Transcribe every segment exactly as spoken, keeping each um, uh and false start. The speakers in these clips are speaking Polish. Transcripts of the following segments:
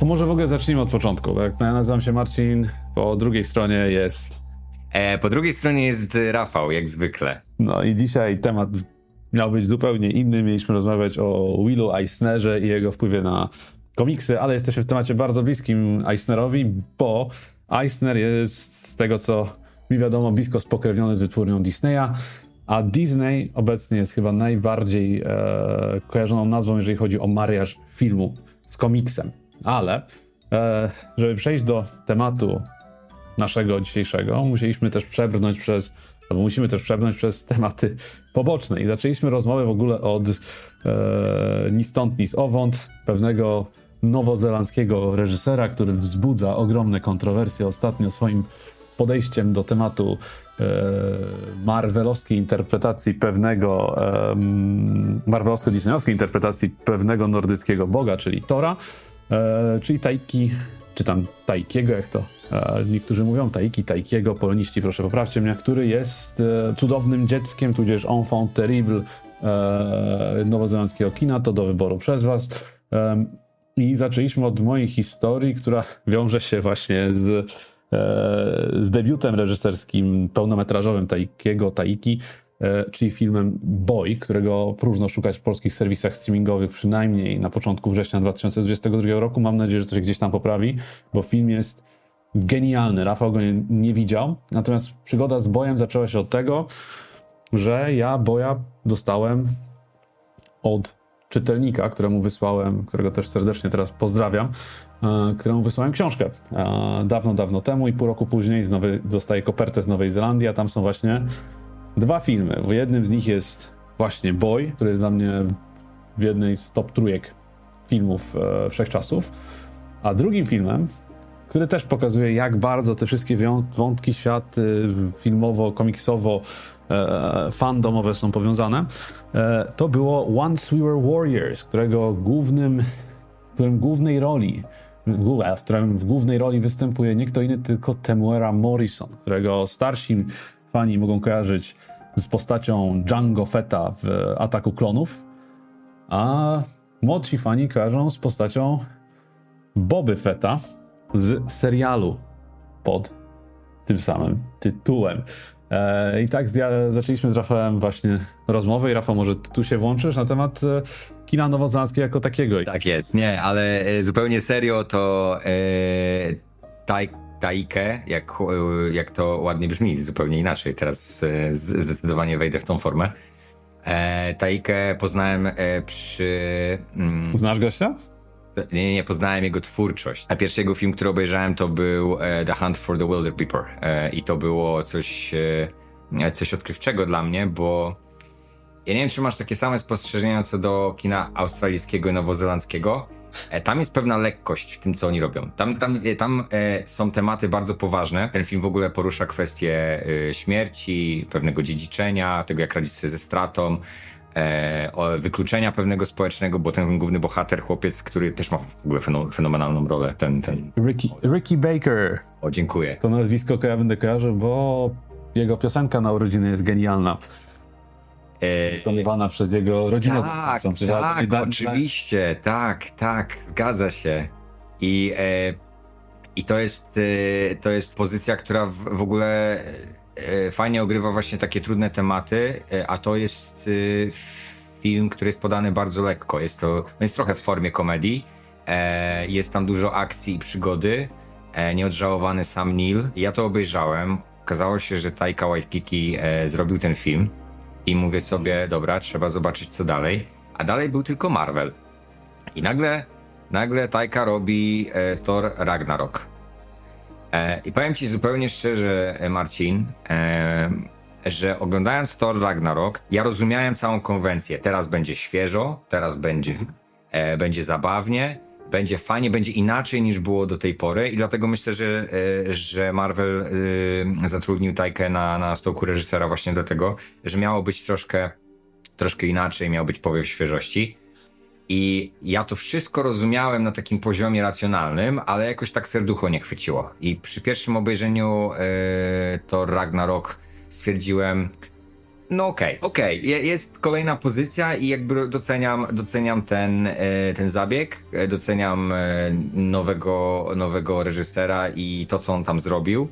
może w ogóle zacznijmy od początku. Tak? Ja nazywam się Marcin, po drugiej stronie jest... E, po drugiej stronie jest Rafał, jak zwykle. No i dzisiaj temat miał być zupełnie inny. Mieliśmy rozmawiać o Willu Eisnerze i jego wpływie na komiksy, ale jesteśmy w temacie bardzo bliskim Eisnerowi, bo Eisner jest, z tego co mi wiadomo, blisko spokrewniony z wytwórnią Disneya, a Disney obecnie jest chyba najbardziej e, kojarzoną nazwą, jeżeli chodzi o mariaż filmu z komiksem. Ale e, żeby przejść do tematu naszego dzisiejszego, musieliśmy też przebrnąć przez, albo musimy też przebrnąć przez tematy poboczne i zaczęliśmy rozmowę w ogóle od e, ni stąd, ni zowąd, pewnego nowozelandzkiego reżysera, który wzbudza ogromne kontrowersje ostatnio swoim podejściem do tematu e, marvelowskiej interpretacji pewnego, e, marvelowsko-disneyowskiej interpretacji pewnego nordyckiego boga, czyli Tora, e, czyli Taiki, czy tam Taikiego, jak to e, niektórzy mówią, Taiki, Taikiego, poloniści, proszę poprawcie mnie, który jest e, cudownym dzieckiem, tudzież enfant terrible e, nowozelandzkiego kina, to do wyboru przez was. E, I zaczęliśmy od mojej historii, która wiąże się właśnie z z debiutem reżyserskim pełnometrażowym Taikiego, Taiki, czyli filmem Boy, którego próżno szukać w polskich serwisach streamingowych przynajmniej na początku września dwa tysiące dwudziestego drugiego roku. Mam nadzieję, że to się gdzieś tam poprawi, bo film jest genialny. Rafał go nie, nie widział. Natomiast przygoda z Boyem zaczęła się od tego, że ja Boya dostałem od czytelnika, któremu wysłałem, którego też serdecznie teraz pozdrawiam, któremu wysłałem książkę dawno, dawno temu i pół roku później znowu dostaję kopertę z Nowej Zelandii, a tam są właśnie dwa filmy. W jednym z nich jest właśnie Boy, który jest dla mnie w jednej z top trójek filmów wszechczasów, a drugim filmem, który też pokazuje, jak bardzo te wszystkie wątki, światy filmowo, komiksowo, fandomowe są powiązane, to było Once We Were Warriors, którego głównym, w którym głównej roli w którym w głównej roli występuje nie kto inny, tylko Temuera Morrison, którego starsi fani mogą kojarzyć z postacią Jango Fetta w Ataku Klonów, a młodsi fani kojarzą z postacią Boby Fetta z serialu pod tym samym tytułem. E, I tak zja- zaczęliśmy z Rafałem właśnie rozmowę i Rafał, może ty tu się włączysz na temat e, kina nowozelandzkiego jako takiego. Tak jest, nie, ale e, zupełnie serio to e, taj, Taikę, jak, e, jak to ładnie brzmi, zupełnie inaczej, teraz e, zdecydowanie wejdę w tą formę. E, Taikę poznałem e, przy... Mm, Znasz gościa? Nie, nie, poznałem jego twórczość. A pierwszy jego film, który obejrzałem, to był e, The Hunt for the Wilderpeople. E, I to było coś, e, coś odkrywczego dla mnie, bo ja nie wiem, czy masz takie same spostrzeżenia co do kina australijskiego i nowozelandzkiego. E, tam jest pewna lekkość w tym, co oni robią. Tam, tam, tam e, są tematy bardzo poważne. Ten film w ogóle porusza kwestie e, śmierci, pewnego dziedziczenia, tego, jak radzić sobie ze stratą, E, wykluczenia pewnego społecznego, bo ten główny bohater, chłopiec, który też ma w ogóle fenomenalną rolę, ten... ten... Ricky, Ricky Baker. O, dziękuję. To nazwisko ja będę kojarzył, bo jego piosenka na urodziny jest genialna. Wykonywana e... przez jego rodzinę. Tak, tak, da, oczywiście, da... tak, tak, zgadza się. I, e, i to jest, e, to jest pozycja, która w, w ogóle... fajnie ogrywa właśnie takie trudne tematy, a to jest film, który jest podany bardzo lekko. Jest to no jest trochę w formie komedii, jest tam dużo akcji i przygody, nieodżałowany Sam Neill. Ja to obejrzałem, okazało się, że Taika Waititi zrobił ten film i mówię sobie, dobra, trzeba zobaczyć co dalej, a dalej był tylko Marvel. I nagle, nagle Taika robi Thor Ragnarok. I powiem ci zupełnie szczerze, Marcin, że oglądając Thor Ragnarok, ja rozumiałem całą konwencję. Teraz będzie świeżo, teraz będzie, będzie zabawnie, będzie fajnie, będzie inaczej niż było do tej pory i dlatego myślę, że, że Marvel zatrudnił Taikę na, na stołku reżysera właśnie dlatego, że miało być troszkę, troszkę inaczej, miał być powiew świeżości. I ja to wszystko rozumiałem na takim poziomie racjonalnym, ale jakoś tak serducho nie chwyciło. I przy pierwszym obejrzeniu yy, Thor Ragnarok stwierdziłem, No okej, okay, okej. Okay. Jest kolejna pozycja i jakby doceniam, doceniam ten, ten zabieg, doceniam nowego, nowego reżysera i to, co on tam zrobił.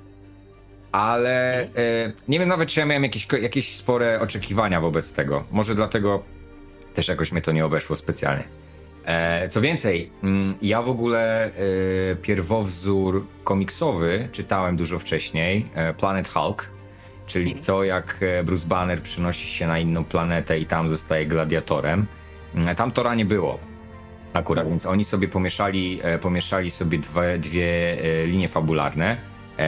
Ale nie wiem nawet, czy ja miałem jakieś, jakieś spore oczekiwania wobec tego. Może dlatego też jakoś mnie to nie obeszło specjalnie. Co więcej, ja w ogóle pierwowzór komiksowy czytałem dużo wcześniej, Planet Hulk, czyli to, jak Bruce Banner przenosi się na inną planetę i tam zostaje gladiatorem. Tam Tora nie było akurat, więc oni sobie pomieszali, pomieszali sobie dwie, dwie linie fabularne.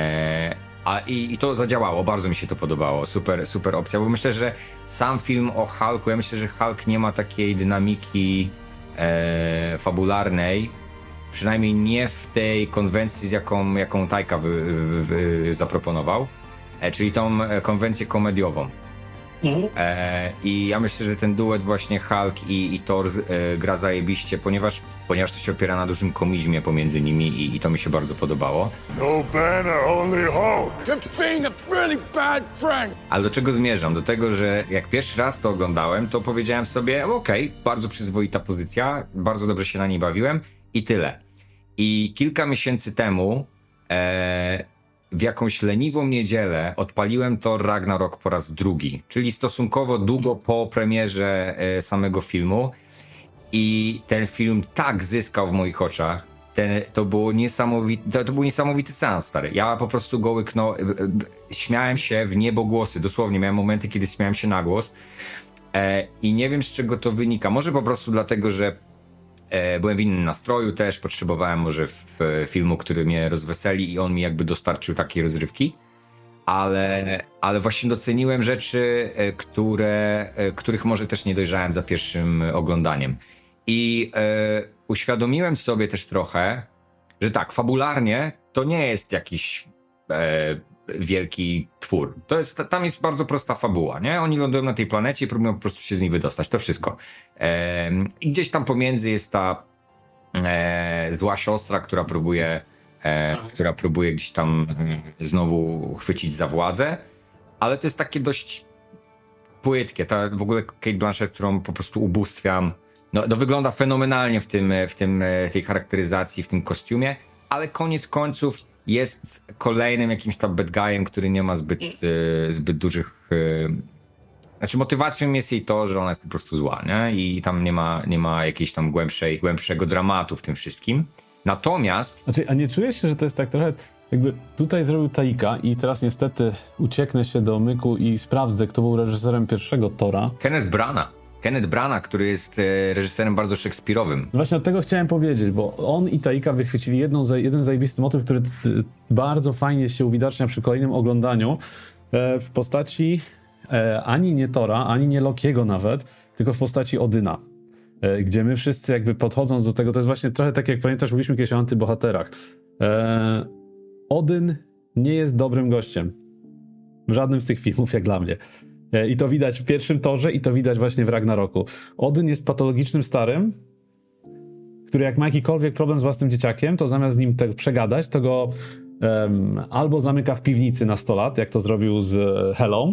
A i, i to zadziałało, bardzo mi się to podobało, super, super opcja, bo myślę, że sam film o Hulku, ja myślę, że Hulk nie ma takiej dynamiki e, fabularnej, przynajmniej nie w tej konwencji, z jaką, jaką Taika wy, wy, wy zaproponował, e, czyli tą konwencję komediową. Mhm. E, I ja myślę, że ten duet właśnie Hulk i, i Thor e, gra zajebiście, ponieważ, ponieważ to się opiera na dużym komizmie pomiędzy nimi i, i to mi się bardzo podobało. No Banner, only Hulk. You're being a really bad friend. Ale do czego zmierzam? Do tego, że jak pierwszy raz to oglądałem, to powiedziałem sobie, okej, okay, bardzo przyzwoita pozycja, bardzo dobrze się na niej bawiłem i tyle. I kilka miesięcy temu e, w jakąś leniwą niedzielę odpaliłem Thor Ragnarok po raz drugi, czyli stosunkowo długo po premierze e, samego filmu i ten film tak zyskał w moich oczach, ten, to, było niesamowity, to, to był niesamowity seans, stary. Ja po prostu go łyknąłem, śmiałem się w niebogłosy, dosłownie miałem momenty, kiedy śmiałem się na głos e, i nie wiem, z czego to wynika, może po prostu dlatego, że byłem w innym nastroju też, potrzebowałem może w filmu, który mnie rozweseli i on mi jakby dostarczył takiej rozrywki, ale, ale właśnie doceniłem rzeczy, które, których może też nie dojrzałem za pierwszym oglądaniem. I e, uświadomiłem sobie też trochę, że tak, fabularnie to nie jest jakiś e, wielki twór. To jest, tam jest bardzo prosta fabuła, nie? Oni lądują na tej planecie i próbują po prostu się z niej wydostać. To wszystko. E, I gdzieś tam pomiędzy jest ta e, zła siostra, która próbuje, e, która próbuje gdzieś tam e, znowu chwycić za władzę, ale to jest takie dość płytkie. Ta w ogóle Cate Blanchett, którą po prostu ubóstwiam, no, no wygląda fenomenalnie w tym, w tym, w tej charakteryzacji, w tym kostiumie, ale koniec końców jest kolejnym jakimś tam bad guyem, który nie ma zbyt, e, zbyt dużych... E, znaczy motywacją jest jej to, że ona jest po prostu zła, nie? I tam nie ma, nie ma jakiejś tam głębszej, głębszego dramatu w tym wszystkim. Natomiast... Znaczy, a nie czujesz się, że to jest tak trochę... Jakby tutaj zrobił Taika i teraz niestety ucieknę się do myku i sprawdzę, kto był reżyserem pierwszego Tora. Kenneth Branagh. Kenneth Branagh, który jest e, reżyserem bardzo szekspirowym. Właśnie od tego chciałem powiedzieć, bo on i Taika wychwycili jedną, jeden zajebisty motyw, który bardzo fajnie się uwidacznia przy kolejnym oglądaniu e, w postaci e, ani nie Tora, ani nie Lokiego nawet, tylko w postaci Odyna. E, gdzie my wszyscy jakby podchodząc do tego, to jest właśnie trochę tak jak pamiętasz, mówiliśmy kiedyś o antybohaterach. E, Odyn nie jest dobrym gościem. W żadnym z tych filmów, jak dla mnie. I to widać w pierwszym Torze i to widać właśnie w Ragnaroku. Odyn jest patologicznym starym, który jak ma jakikolwiek problem z własnym dzieciakiem, to zamiast z nim te przegadać, to go um, albo zamyka w piwnicy na sto lat, jak to zrobił z Helą.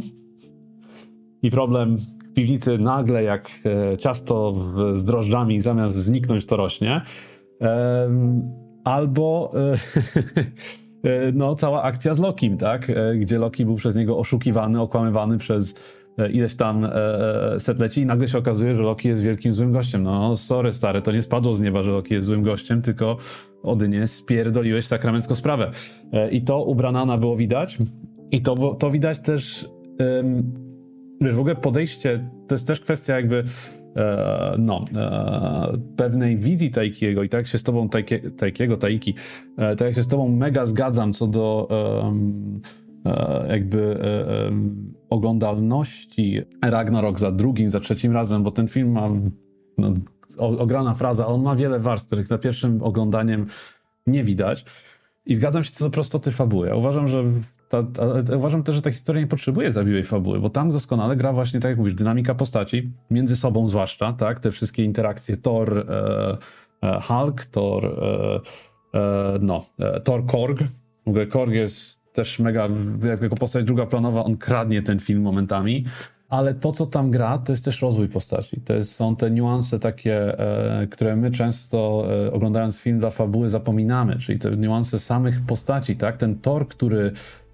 I problem w piwnicy nagle jak e, ciasto w, z drożdżami, zamiast zniknąć, to rośnie. Um, albo... E, no, cała akcja z Lokim, tak? Gdzie Loki był przez niego oszukiwany, okłamywany przez ileś tam setleci i nagle się okazuje, że Loki jest wielkim złym gościem. No, sorry stary, to nie spadło z nieba, że Loki jest złym gościem, tylko Odynie spierdoliłeś sakramencką sprawę. I to u Branagha było widać i to, to widać też um, wiesz, w ogóle podejście, to jest też kwestia jakby E, no, e, pewnej wizji Taikiego i tak jak się z tobą Taiki, Taikiego, Taiki, e, tak jak się z tobą mega zgadzam co do e, e, jakby e, oglądalności Ragnarok za drugim, za trzecim razem, bo ten film ma no, ograna fraza, on ma wiele warstw, których za pierwszym oglądaniem nie widać i zgadzam się co do prostoty fabuły. Ja uważam, że Ta, ta, uważam też, że ta historia nie potrzebuje zawiłej fabuły, bo tam doskonale gra właśnie, tak jak mówisz, dynamika postaci, między sobą zwłaszcza, tak, te wszystkie interakcje Thor, e, e, Hulk, Thor, e, e, no, e, Thor Korg, w ogóle Korg jest też mega, jako postać drugoplanowa, on kradnie ten film momentami, ale to, co tam gra, to jest też rozwój postaci. To jest, są te niuanse takie, e, które my często e, oglądając film dla fabuły zapominamy, czyli te niuanse samych postaci, tak? Ten Thor, który,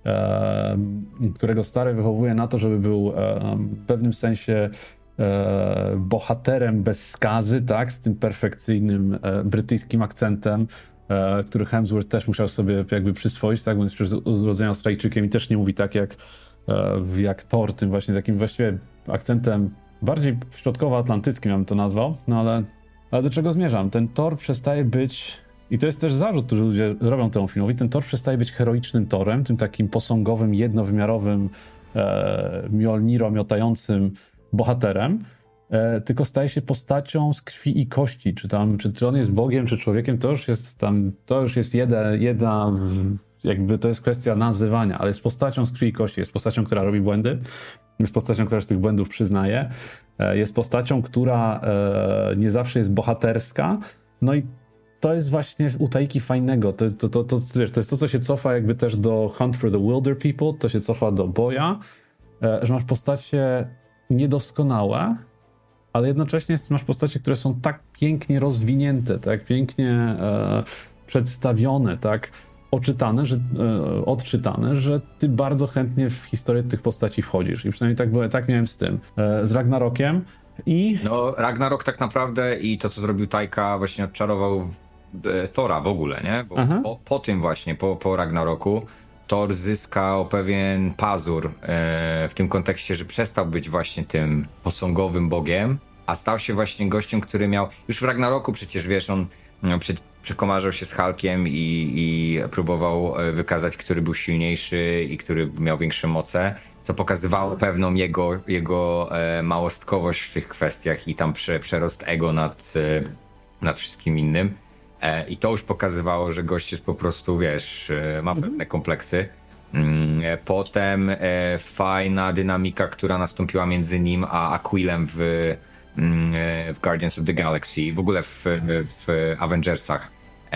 e, którego stary wychowuje na to, żeby był e, w pewnym sensie e, bohaterem bez skazy, tak? Z tym perfekcyjnym e, brytyjskim akcentem, e, który Hemsworth też musiał sobie jakby przyswoić, tak? Bo jest przez urodzenia Australijczykiem i też nie mówi tak jak jak Thor, tym właśnie takim właściwie akcentem bardziej środkowoatlantyckim, ja bym to nazwał, no ale, ale do czego zmierzam? Ten Thor przestaje być, i to jest też zarzut, który ludzie robią temu filmowi, ten Thor przestaje być heroicznym Thorem, tym takim posągowym, jednowymiarowym, e, Mjolniro miotającym bohaterem, e, tylko staje się postacią z krwi i kości, czy tam, czy on jest Bogiem, czy człowiekiem, to już jest tam, to już jest jedna, jedna jakby to jest kwestia nazywania, ale jest postacią z krwi i kości, jest postacią, która robi błędy, jest postacią, która się tych błędów przyznaje, jest postacią, która nie zawsze jest bohaterska, no i to jest właśnie u Taiki fajnego, to, to, to, to, wiesz, to jest to, co się cofa jakby też do Hunt for the Wilder People, to się cofa do Boya, że masz postacie niedoskonałe, ale jednocześnie masz postacie, które są tak pięknie rozwinięte, tak pięknie e, przedstawione, tak oczytane, że, e, odczytane, że ty bardzo chętnie w historię tych postaci wchodzisz. I przynajmniej tak, było, tak miałem z tym. E, z Ragnarokiem i... No, Ragnarok tak naprawdę i to, co zrobił Taika, właśnie odczarował e, Thora w ogóle, nie? Bo po, po tym właśnie, po, po Ragnaroku, Thor zyskał pewien pazur e, w tym kontekście, że przestał być właśnie tym posągowym bogiem, a stał się właśnie gościem, który miał... Już w Ragnaroku przecież, wiesz, on no, przy, przekomarzał się z Hulkiem i, i próbował wykazać, który był silniejszy i który miał większe moce, co pokazywało pewną jego, jego e, małostkowość w tych kwestiach i tam prze, przerost ego nad, e, nad wszystkim innym. E, I to już pokazywało, że gość jest po prostu, wiesz, e, ma pewne kompleksy. Mm, e, potem e, fajna dynamika, która nastąpiła między nim a Aquilem w, mm, e, w Guardians of the Galaxy, w ogóle w, w Avengersach.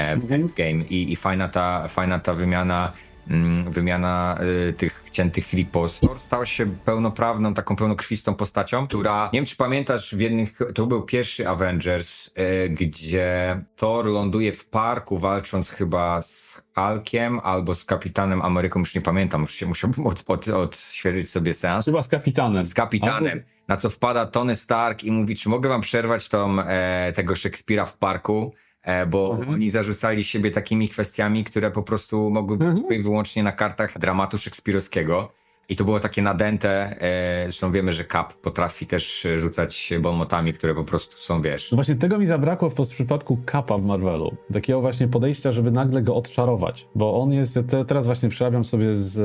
Game i, i fajna, ta, fajna ta wymiana, mm, wymiana y, tych ciętych ripos. Thor stał się pełnoprawną, taką pełnokrwistą postacią, która, nie wiem czy pamiętasz, w jednych, to był pierwszy Avengers, y, gdzie Thor ląduje w parku walcząc chyba z Hulkiem albo z Kapitanem Ameryką, już nie pamiętam, już się musiałbym od, od, odświeżyć sobie seans. Chyba z Kapitanem. Z Kapitanem, albo... na co wpada Tony Stark i mówi, czy mogę wam przerwać tą, e, tego Szekspira w parku, bo mhm. oni zarzucali siebie takimi kwestiami, które po prostu mogły być mhm. wyłącznie na kartach dramatu szekspirowskiego. I to było takie nadęte, zresztą wiemy, że Cap potrafi też rzucać bonmotami, które po prostu są, wiesz... No właśnie tego mi zabrakło w przypadku Capa w Marvelu. Takiego właśnie podejścia, żeby nagle go odczarować. Bo on jest, te, teraz właśnie przerabiam sobie z,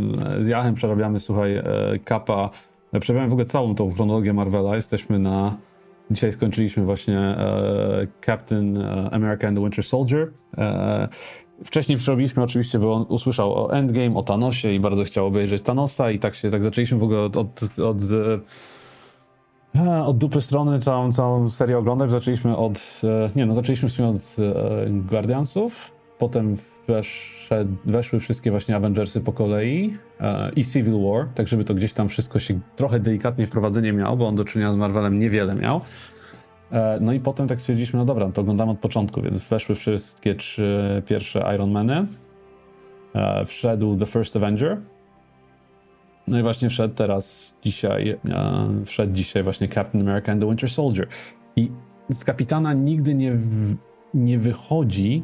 z Jachem, przerabiamy, słuchaj, Capa, przerabiamy w ogóle całą tą chronologię Marvela, jesteśmy na... Dzisiaj skończyliśmy właśnie e, Captain America and the Winter Soldier. E, wcześniej przerobiliśmy oczywiście, bo on usłyszał o Endgame, o Thanosie i bardzo chciał obejrzeć Thanosa i tak się tak zaczęliśmy w ogóle od, od, od, e, od dupy strony całą, całą serię oglądać. Zaczęliśmy od, e, nie no, zaczęliśmy w sumie od e, Guardiansów, potem weszedł, weszły wszystkie właśnie Avengersy po kolei e, i Civil War, tak żeby to gdzieś tam wszystko się trochę delikatnie wprowadzenie miał, bo on do czynienia z Marvelem niewiele miał. E, no i potem tak stwierdziliśmy, no dobra, to oglądamy od początku, więc weszły wszystkie trzy pierwsze Iron Many, e, wszedł The First Avenger, no i właśnie wszedł teraz dzisiaj, e, wszedł dzisiaj właśnie Captain America and the Winter Soldier. I z Kapitana nigdy nie, w, nie wychodzi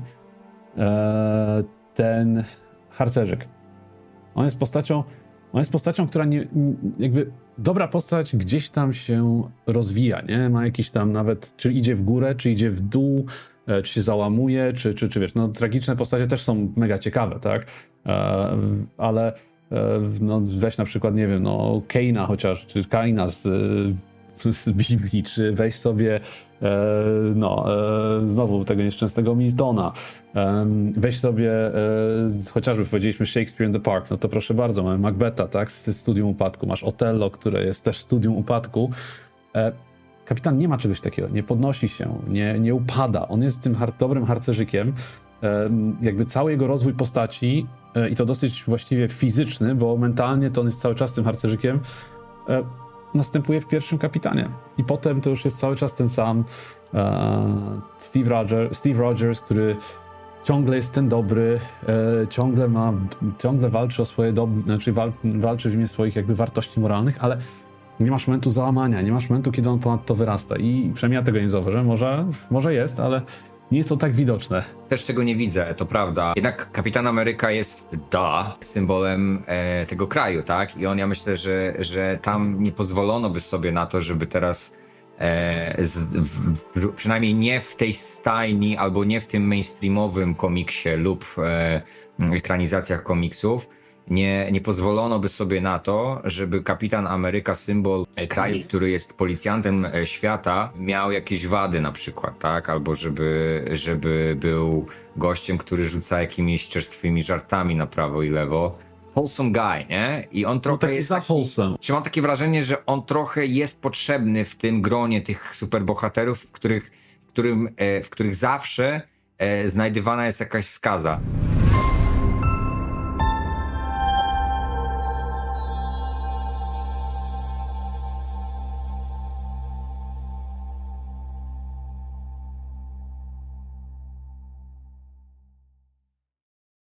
ten harcerzyk. On jest postacią, on jest postacią, która nie, jakby dobra postać gdzieś tam się rozwija, nie? Ma jakiś tam nawet, czy idzie w górę, czy idzie w dół, czy się załamuje, czy, czy, czy wiesz, no tragiczne postacie też są mega ciekawe, tak? Ale no weź na przykład, nie wiem, no Kaina chociaż, czy Kaina z z Biblii, czy weź sobie e, no, e, znowu tego nieszczęsnego Miltona, e, weź sobie e, chociażby powiedzieliśmy Shakespeare in the Park, no to proszę bardzo, mamy Macbetha, tak, z Studium Upadku, masz Otello, które jest też Studium Upadku. E, Kapitan nie ma czegoś takiego, nie podnosi się, nie, nie upada, on jest tym har- dobrym harcerzykiem, e, jakby cały jego rozwój postaci i to dosyć właściwie fizyczny, bo mentalnie to on jest cały czas tym harcerzykiem, następuje w pierwszym Kapitanie. I potem to już jest cały czas ten sam Steve Rogers, Steve Rogers, który ciągle jest ten dobry, ciągle ma, ciągle walczy o swoje dob- znaczy wal- walczy w imię swoich jakby wartości moralnych, ale nie masz momentu załamania, nie masz momentu, kiedy on ponad to wyrasta. I przynajmniej ja tego nie zauważyłem. Może, może jest, ale nie jest to tak widoczne. Też tego nie widzę, to prawda. Jednak Kapitan Ameryka jest, da, symbolem e, tego kraju, tak? I on, ja myślę, że, że tam nie pozwolono by sobie na to, żeby teraz e, z, w, w, przynajmniej nie w tej stajni albo nie w tym mainstreamowym komiksie lub e, ekranizacjach komiksów, Nie, nie pozwolono by sobie na to, żeby Kapitan Ameryka, symbol kraju, który jest policjantem świata, miał jakieś wady na przykład, tak? Albo żeby, żeby był gościem, który rzuca jakimiś czerstwymi żartami na prawo i lewo. Wholesome guy, nie? I on trochę no jest taki... wholesome. Czy mam takie wrażenie, że on trochę jest potrzebny w tym gronie tych superbohaterów, w których, w którym, w których zawsze znajdywana jest jakaś skaza.